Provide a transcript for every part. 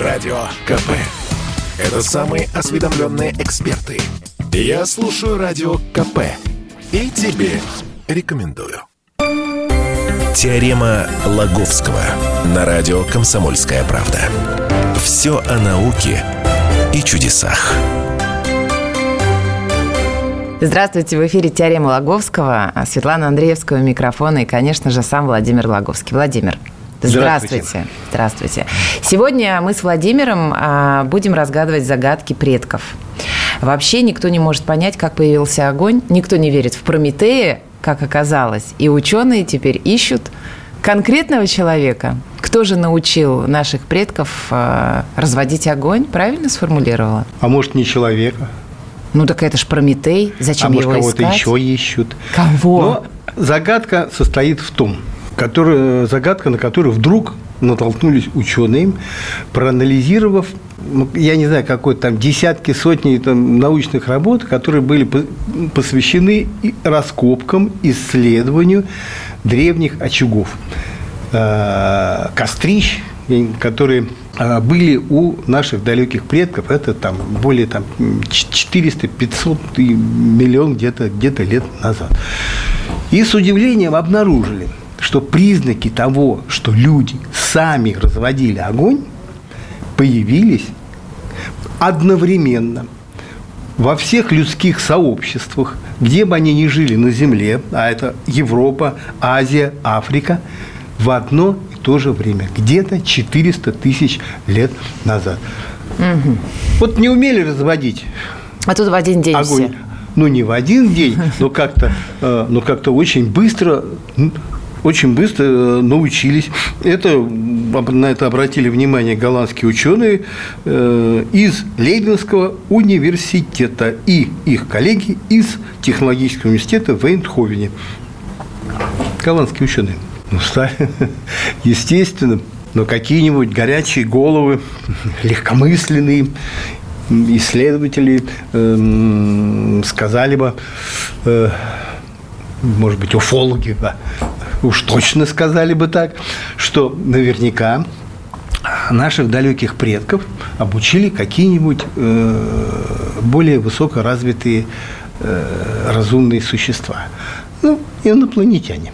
Радио КП. Это самые осведомленные эксперты. Я слушаю Радио КП и тебе рекомендую. Теорема Лаговского на радио «Комсомольская правда». Все о науке и чудесах. Здравствуйте, в эфире «Теорема Лаговского». Светлана Андреевская у микрофона и, конечно же, сам Владимир Лаговский. Владимир, здравствуйте. Здравствуйте. Сегодня мы с Владимиром будем разгадывать загадки предков. Вообще никто не может понять, как появился огонь. Никто не верит в Прометея, как оказалось. И ученые теперь ищут конкретного человека. Кто же научил наших предков разводить огонь? Правильно сформулировала? А может, не человека? Ну, так это ж Прометей. Зачем его искать? Может, кого-то еще ищут. Кого? Но загадка состоит в том, загадка, на которую вдруг натолкнулись ученые, проанализировав, я не знаю, какой-то там десятки, сотни там научных работ, которые были посвящены раскопкам, исследованию древних очагов, кострищ, которые были у наших далеких предков. Это там более 400-500 и миллион где-то лет назад. И с удивлением обнаружили, что признаки того, что люди сами разводили огонь, появились одновременно во всех людских сообществах, где бы они ни жили на Земле, а это Европа, Азия, Африка, в одно и то же время, где-то 400 тысяч лет назад. Угу. Вот не умели разводить тут в один день огонь. Все. Ну, не в один день, но как-то очень быстро научились. На это обратили внимание голландские ученые из Лейденского университета и их коллеги из технологического университета в Эйндховене. Голландские ученые. Естественно, но какие-нибудь горячие головы, легкомысленные исследователи сказали бы, может быть, уфологи, уж точно сказали бы так, что наверняка наших далеких предков обучили какие-нибудь более высокоразвитые разумные существа. Ну, инопланетяне.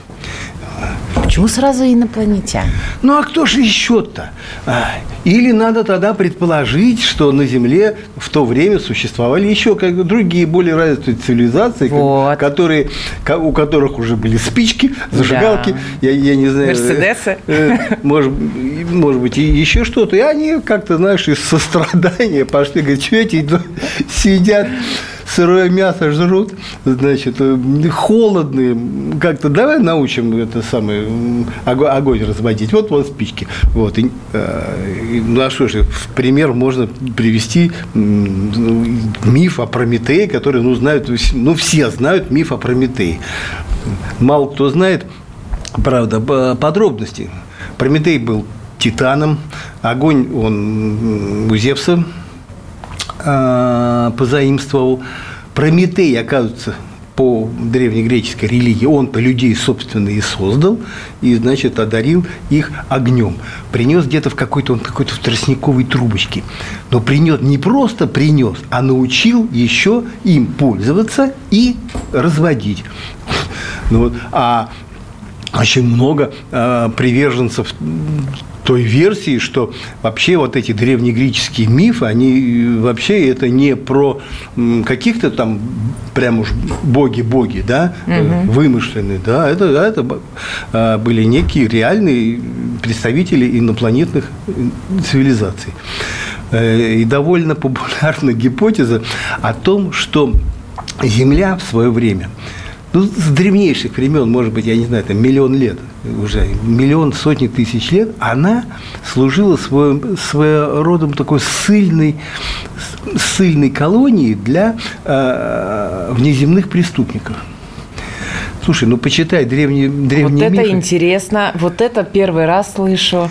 Почему сразу инопланетяне? Ну, а кто же еще-то? Или надо тогда предположить, что на Земле в то время существовали еще другие более развитые цивилизации, вот. у которых уже были спички, зажигалки, да. я не знаю. Мерседесы. Может быть, и еще что-то. И они как-то, знаешь, из сострадания пошли, говорят, что эти сидят, сырое мясо жрут, значит, холодные, как-то давай научим огонь разводить. Вот спички. Вот. Ну, а что же, в пример можно привести миф о Прометее, который, все знают миф о Прометее. Мало кто знает, правда, подробности. Прометей был титаном, огонь он у Зевса позаимствовал. Прометей, оказывается, по древнегреческой религии, он-то людей, собственно, и создал, и, значит, одарил их огнем. Принес где-то в какой-то в тростниковой трубочке. Но не просто принес, а научил еще им пользоваться и разводить. А очень много приверженцев той версии, что вообще вот эти древнегреческие мифы, они вообще это не про каких-то там прям уж боги, да, вымышленные, да, это были некие реальные представители инопланетных цивилизаций. И довольно популярна гипотеза о том, что Земля в свое время, с древнейших времен, может быть, я не знаю, миллион лет, уже сотни тысяч лет, она служила своего рода такой ссыльной колонией для внеземных преступников. Слушай, почитай древние мифы. Вот это интересно, вот это первый раз слышу.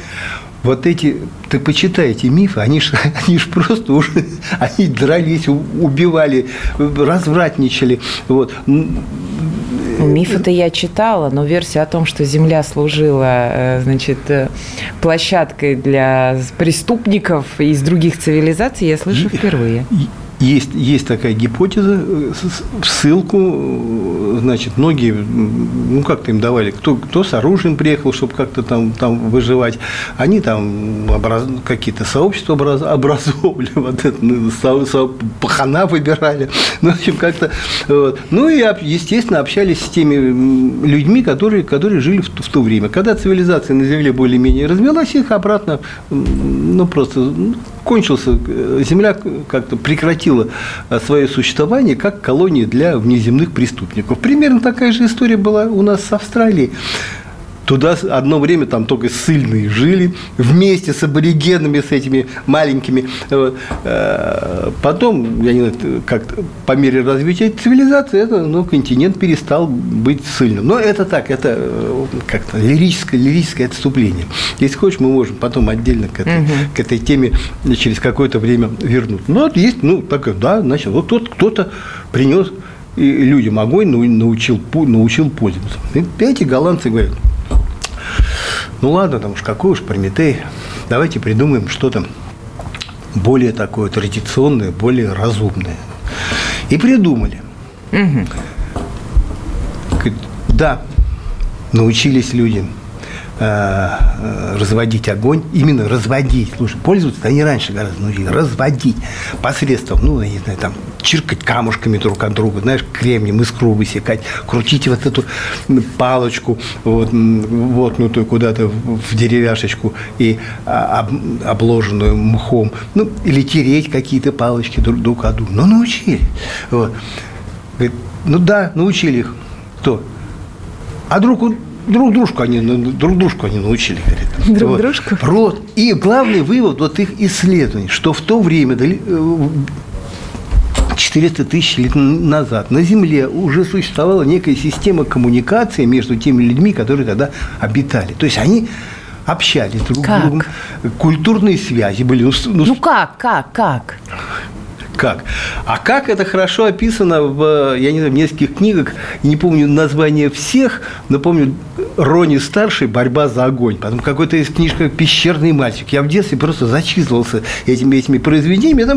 Ты почитай эти мифы, они ж просто уже, они дрались, убивали, развратничали, вот. Миф-то я читала, но версия о том, что Земля служила, значит, площадкой для преступников из других цивилизаций, я слышу впервые. Есть такая гипотеза, ссылку, значит, многие, как-то им давали, кто с оружием приехал, чтобы как-то там выживать, они там какие-то сообщества образовывали, вот это, пахана выбирали, в общем, как-то, вот. Ну и, естественно, общались с теми людьми, которые жили в то время. Когда цивилизация на Земле более-менее развелась, их обратно, просто кончился, Земля как-то прекратила свое существование как колония для внеземных преступников. Примерно такая же история была у нас с Австралией. Туда одно время там только ссыльные жили вместе с аборигенами, с этими маленькими. Потом, я не знаю, как по мере развития цивилизации, континент перестал быть ссыльным. Но это так, это как-то лирическое отступление. Если хочешь, мы можем потом отдельно к этой теме через какое-то время вернуть. Но есть, значит, вот кто-то принес людям огонь, научил пользоваться. И эти голландцы говорят: ладно, какой уж Прометей, давайте придумаем что-то более такое традиционное, более разумное. И придумали. Да, научились люди разводить огонь, именно разводить. Слушай, пользоваться они раньше гораздо научились. Разводить посредством, я не знаю, чиркать камушками друг от друга, знаешь, кремнием, искру высекать, крутить вот эту палочку воткнутую куда-то в деревяшечку и обложенную мхом, или тереть какие-то палочки друг от друга. Научили. Вот. Говорит, научили их. Кто? А друг дружку они научили, говорит. Дружку? И главный вывод их исследований, что в то время, 400 тысяч лет назад, на Земле уже существовала некая система коммуникации между теми людьми, которые тогда обитали. То есть они общались друг с другом, культурные связи были. Как? Как? А как это хорошо описано в нескольких книгах, не помню название всех, но помню Рони-старший «Борьба за огонь». Потом какой-то из книжка «Пещерный мальчик». Я в детстве просто зачислился этими произведениями.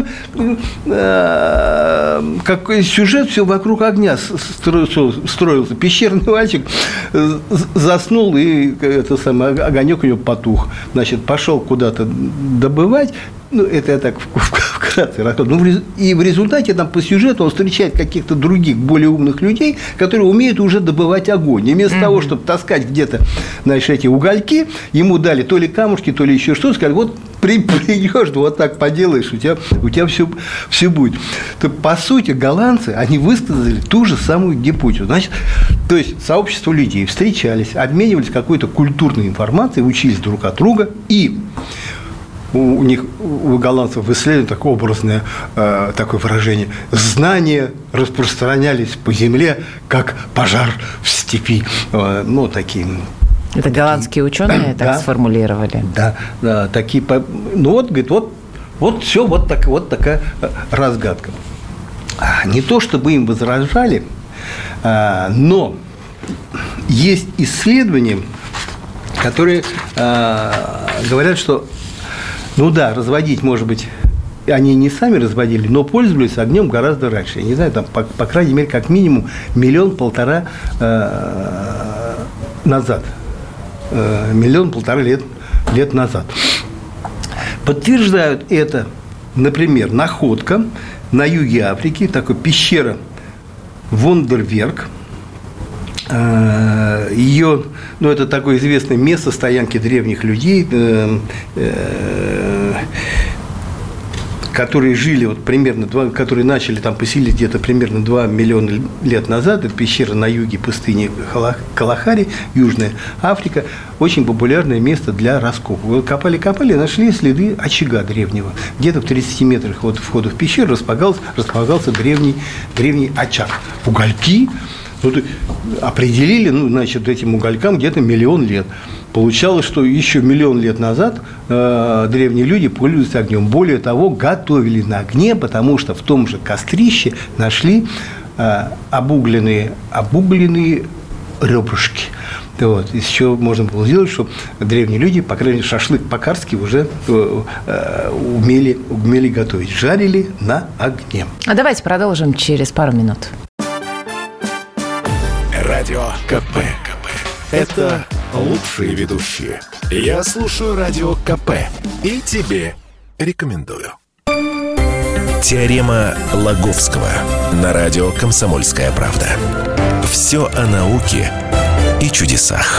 Там какой сюжет, все вокруг огня строился. Пещерный мальчик заснул, и огонек у него потух. Значит, пошел куда-то добывать. Это я так вкратце рассказываю. И в результате по сюжету он встречает каких-то других, более умных людей, которые умеют уже добывать огонь. И вместо того, чтобы таскать где-то, эти угольки, ему дали то ли камушки, то ли еще что-то, сказали: вот придешь, вот так поделаешь, у тебя все будет. То, по сути, голландцы, они высказали ту же самую гипотезу. Значит, то есть сообщество людей встречались, обменивались какой-то культурной информацией, учились друг от друга, и у голландцев в исследовании такое образное такое выражение: знания распространялись по земле, как пожар в степи. Такие. Это голландские ученые так сформулировали? Да, такие. Говорит, вот все, вот такая разгадка. Не то чтобы им возражали, но есть исследования, которые говорят, что разводить, может быть, они не сами разводили, но пользовались огнем гораздо раньше. Я не знаю, по крайней мере, как минимум 1,5 назад. 1,5 лет назад. Подтверждают это, например, находка на юге Африки, такой пещера Вондерверг. Ее, это такое известное место стоянки древних людей, которые жили примерно, которые начали поселить где-то примерно 2 миллиона лет назад. Это пещера на юге пустыни Калахари, Южная Африка. Очень популярное место для раскопок. Копали, нашли следы очага древнего. Где-то в 30 метрах от входа в пещеру располагался древний очаг. Угольки. Определили, этим уголькам где-то 1 миллион лет. Получалось, что еще 1 миллион лет назад древние люди пользовались огнем. Более того, готовили на огне, потому что в том же кострище нашли обугленные ребрышки. Вот. Из чего можно было сделать, что древние люди, по крайней мере, шашлык по-карски уже умели готовить. Жарили на огне. А давайте продолжим через пару минут. Радио КП. Это лучшие ведущие. Я слушаю Радио КП и тебе рекомендую. Теорема Лаговского на радио «Комсомольская правда». Все о науке и чудесах.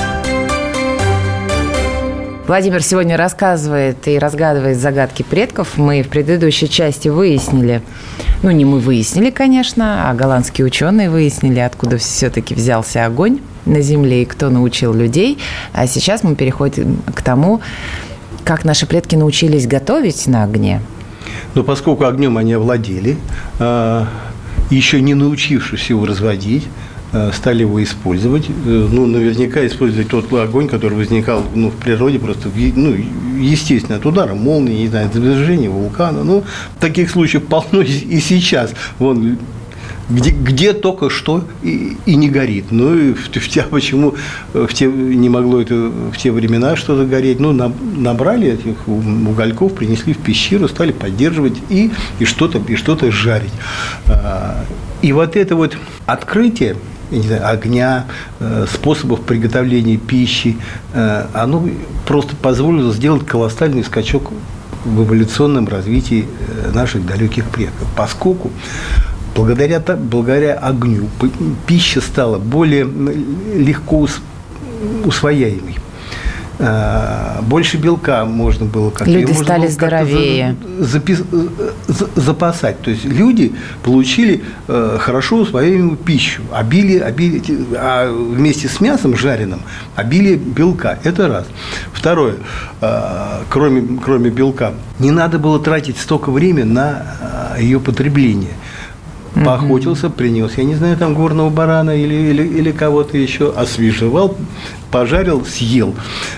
Владимир сегодня рассказывает и разгадывает загадки предков. Мы в предыдущей части выяснили, не мы выяснили, конечно, а голландские ученые выяснили, откуда все-таки взялся огонь на Земле и кто научил людей. А сейчас мы переходим к тому, как наши предки научились готовить на огне. Но поскольку огнем они овладели, еще не научившись его разводить, стали его использовать. Наверняка использовать тот огонь, который возникал в природе, просто естественно, от удара молнии, не знаю, от извержения вулкана. Таких случаев полно и сейчас. Где только что и не горит. Почему не могло это в те времена что-то гореть? Набрали этих угольков, принесли в пещеру, стали поддерживать и что-то жарить. И вот это вот открытие огня, способов приготовления пищи, оно просто позволило сделать колоссальный скачок в эволюционном развитии наших далеких предков, поскольку благодаря огню пища стала более легко усвояемой. Больше белка можно было люди стали здоровее запасать. То есть люди получили хорошо усвояемую пищу, обилие, а вместе с мясом жареным обилие белка. Это раз. Второе, кроме белка, не надо было тратить столько времени на ее потребление. Поохотился, принес, я не знаю, там горного барана или кого-то еще, освежевал, пожарил, съел.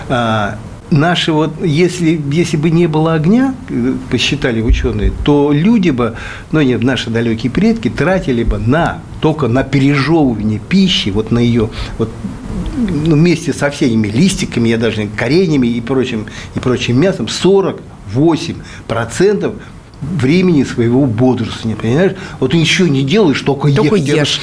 Если бы не было огня, посчитали ученые, то люди бы, наши далекие предки, тратили бы только на пережевывание пищи, на ее, вместе со всеми листиками, кореньями и прочим мясом, 48% времени своего бодрствования, понимаешь? Ты ничего не делаешь, только ешь.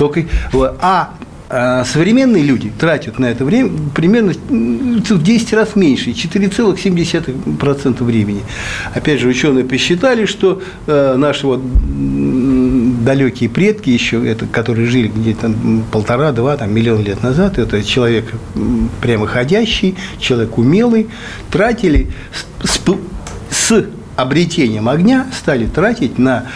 Современные люди тратят на это время примерно в 10 раз меньше, 4,7% времени. Опять же, ученые посчитали, что наши далекие предки еще, которые жили где-то 1,5-2 миллиона лет назад, это человек прямоходящий, человек умелый, тратили с обретением огня стали тратить на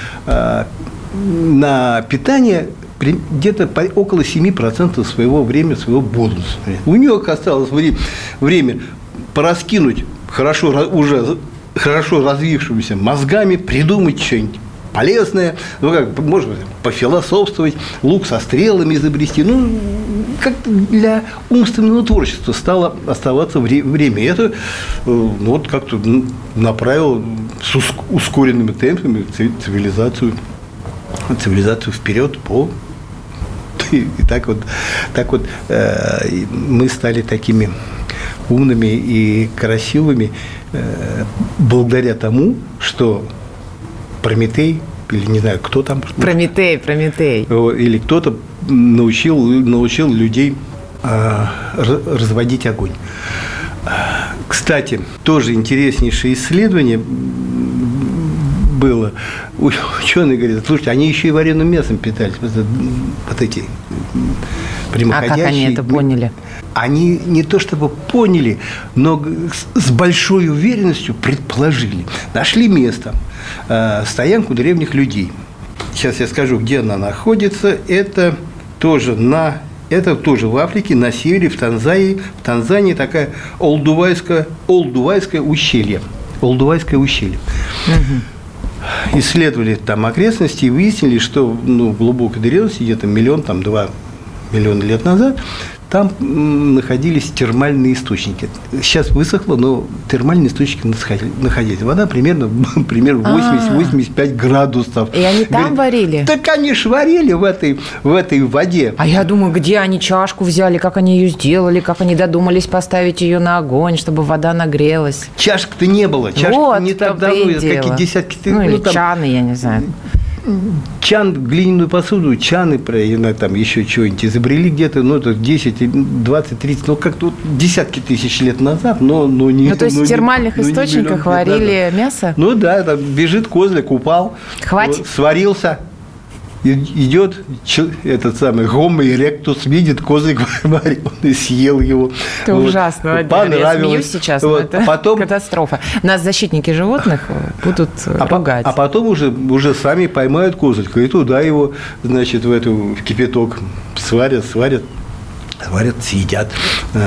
питание где-то около 7% своего времени, своего бодрствования. У них осталось время пораскинуть уже хорошо развившимися мозгами, придумать что-нибудь полезное, можно пофилософствовать, лук со стрелами изобрести. Как-то для умственного творчества стало оставаться время. И это как-то направило с ускоренными темпами цивилизацию вперед И так вот мы стали такими умными и красивыми благодаря тому, что Прометей, или не знаю, кто там. Прометей. Или кто-то научил людей разводить огонь. Кстати, тоже интереснейшее исследование было. Ученые говорят, слушайте, они еще и вареным мясом питались. Эти прямоходящие. А как они это поняли? Они не то чтобы поняли, но с большой уверенностью предположили. Нашли место, стоянку древних людей. Сейчас я скажу, где она находится. Это тоже в Африке, на севере, в Танзании такая Олдувайское ущелье. Исследовали там окрестности и выяснили, что в глубокой древности, где-то 1-2 миллиона лет назад, там находились термальные источники. Сейчас высохло, но термальные источники находились. Вода примерно 80-85 градусов. И они там варили? Да, конечно, варили в этой воде. А я думаю, где они чашку взяли, как они ее сделали, как они додумались поставить ее на огонь, чтобы вода нагрелась. Чашек-то не было. Чашек вот, не так давно. Какие десятки... или там, чаны, я не знаю. Чан, глиняную посуду, чаны, там еще что-нибудь изобрели где-то, это 10, 20, 30, как-то десятки тысяч лет назад, но не... то есть в термальных источниках варили мясо? Да, там бежит козлик, упал, сварился. Идет этот самый Homo erectus, видит козлик варил, он и съел его. Это ужасно. Я смеюсь сейчас, но это катастрофа. Нас защитники животных будут ругать. А потом уже сами поймают козлика и туда его, значит, в кипяток сварят, съедят.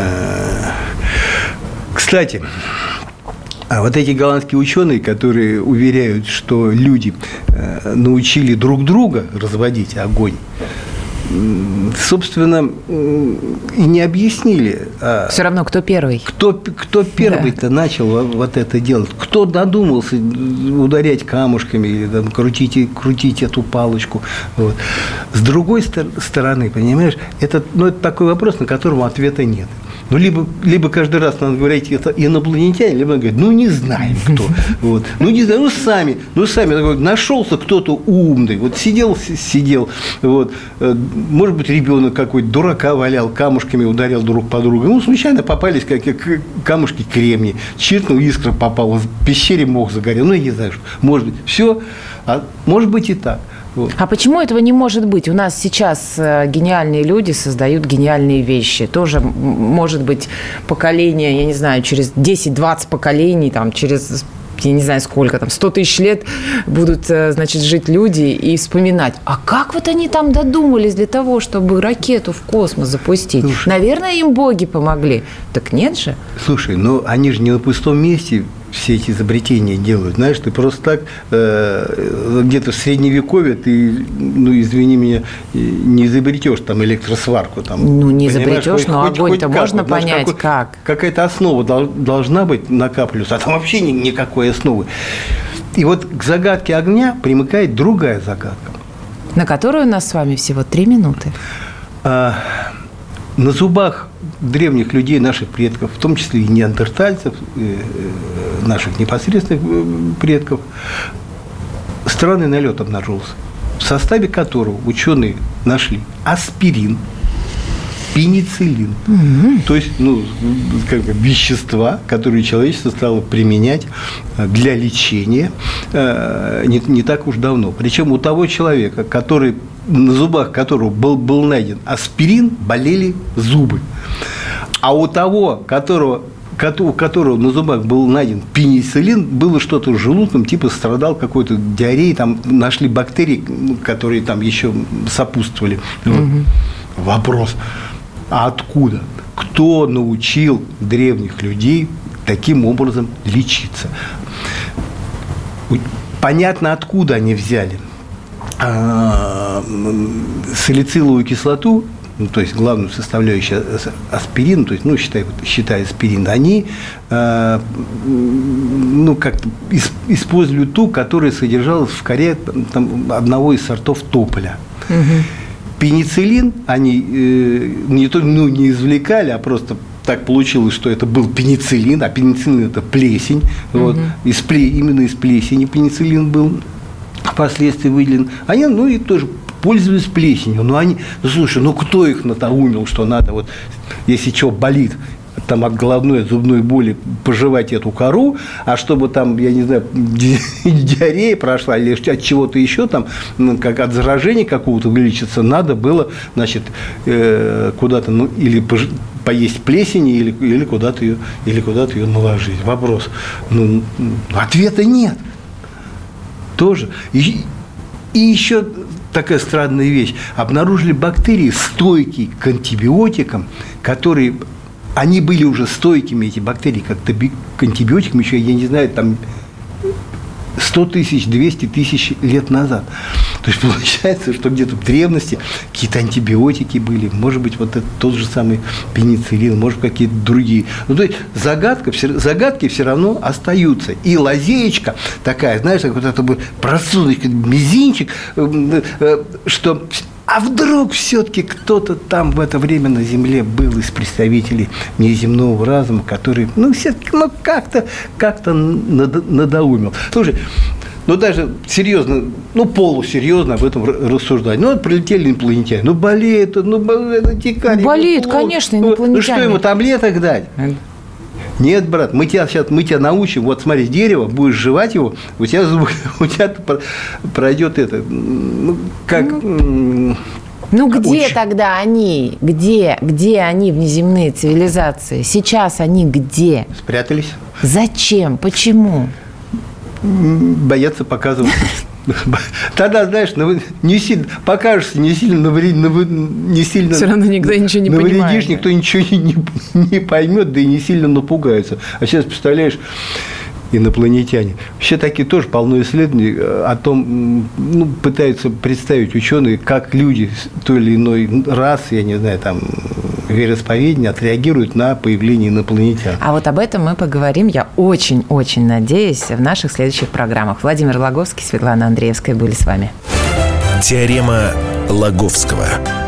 Кстати, а вот эти голландские ученые, которые уверяют, что люди научили друг друга разводить огонь, собственно, и не объяснили. Все равно, кто первый? Кто первый-то начал вот это делать? Кто додумался ударять камушками или там, крутить эту палочку? Вот. С другой стороны, понимаешь, это такой вопрос, на которого ответа нет. Либо каждый раз надо говорить, это инопланетяне, либо говорить, не знаем кто. Вот. Не знаю, сами. Нашелся кто-то умный. Вот сидел. Вот. Может быть, ребенок какой-то дурака валял, камушками ударил друг по другу. Случайно попались камушки кремния. Чиркнул, искра попала, в пещере мох загорел. Я не знаю, может быть, все. А может быть и так. Вот. А почему этого не может быть? У нас сейчас гениальные люди создают гениальные вещи. Тоже, может быть, поколение, я не знаю, через 10-20 поколений, через, я не знаю сколько, 100 тысяч лет будут, значит, жить люди и вспоминать, а как вот они там додумались для того, чтобы ракету в космос запустить? Слушай, наверное, им боги помогли. Так нет же? Слушай, они же не на пустом месте все эти изобретения делают. Знаешь, ты просто так где-то в Средневековье ты, извини меня, не изобретешь там электросварку. Не изобретешь, но огонь-то можно понять, как. Какая-то основа должна быть накапливаться, а там вообще никакой основы. И вот к загадке огня примыкает другая загадка. На которую у нас с вами всего 3 минуты. На зубах древних людей, наших предков, в том числе и неандертальцев, наших непосредственных предков, странный налет обнаружился, в составе которого ученые нашли аспирин, пенициллин, то есть вещества, которые человечество стало применять для лечения не так уж давно. Причем у того человека, на зубах которого был найден аспирин, болели зубы. А у того, у которого на зубах был найден пенициллин, было что-то с желудком, страдал какой-то диареей, там нашли бактерии, которые там еще сопутствовали. Вопрос, а откуда? Кто научил древних людей таким образом лечиться? Понятно, откуда они взяли. Салициловую кислоту, то есть главную составляющую аспирин, то есть, считай аспирин, они как-то используют ту, которая содержалась в коре одного из сортов тополя. Пенициллин они не извлекали, а просто так получилось, что это был пенициллин, а пенициллин – это плесень. Вот. Именно из плесени пенициллин был впоследствии выделен. Они, и тоже пользовались плесенью. Но они, слушай, кто их надоумил, что надо, если что болит, от головной, от зубной боли пожевать эту кору, а чтобы я не знаю, диарея прошла или от чего-то еще как от заражения какого-то вылечиться, надо было, значит, куда-то, или поесть плесени, или куда-то ее наложить. Вопрос. Ответа нет. Тоже. И еще такая странная вещь. Обнаружили бактерии, стойкие к антибиотикам, которые... Они были уже стойкими, эти бактерии, как-то к антибиотикам еще, я не знаю, 100 тысяч, 200 тысяч лет назад. То есть получается, что где-то в древности какие-то антибиотики были, может быть, вот это тот же самый пенициллин, может, какие-то другие. Ну, то есть загадки все равно остаются. И лазеечка такая, знаешь, как вот это бы просунуть мизинчик, что... А вдруг все-таки кто-то там в это время на Земле был из представителей неземного разума, который, все-таки, как-то надоумил. Слушай, даже серьезно, полусерьезно об этом рассуждать. Прилетели инопланетяне. Болеют, это дикари. Болеют, конечно, инопланетяне. Что ему, таблеток дать? Нет, брат, мы тебя научим. Вот смотри, дерево, будешь жевать его, у тебя пройдет это. Где тогда они? Где они, внеземные цивилизации? Сейчас они где? Спрятались. Зачем? Почему? Боятся показывать. Тогда, знаешь, покажешься, не сильно. Все равно никто ничего не понимает. Навредишь, никто ничего не поймет, да и не сильно напугаются. А сейчас, представляешь, инопланетяне. Вообще такие тоже полно исследований о том, пытаются представить ученые, как люди той или иной расы, я не знаю, вероисповедания отреагируют на появление инопланетян. А вот об этом мы поговорим, я очень-очень надеюсь, в наших следующих программах. Владимир Логовский, Светлана Андреевская были с вами. Теорема Лаговского.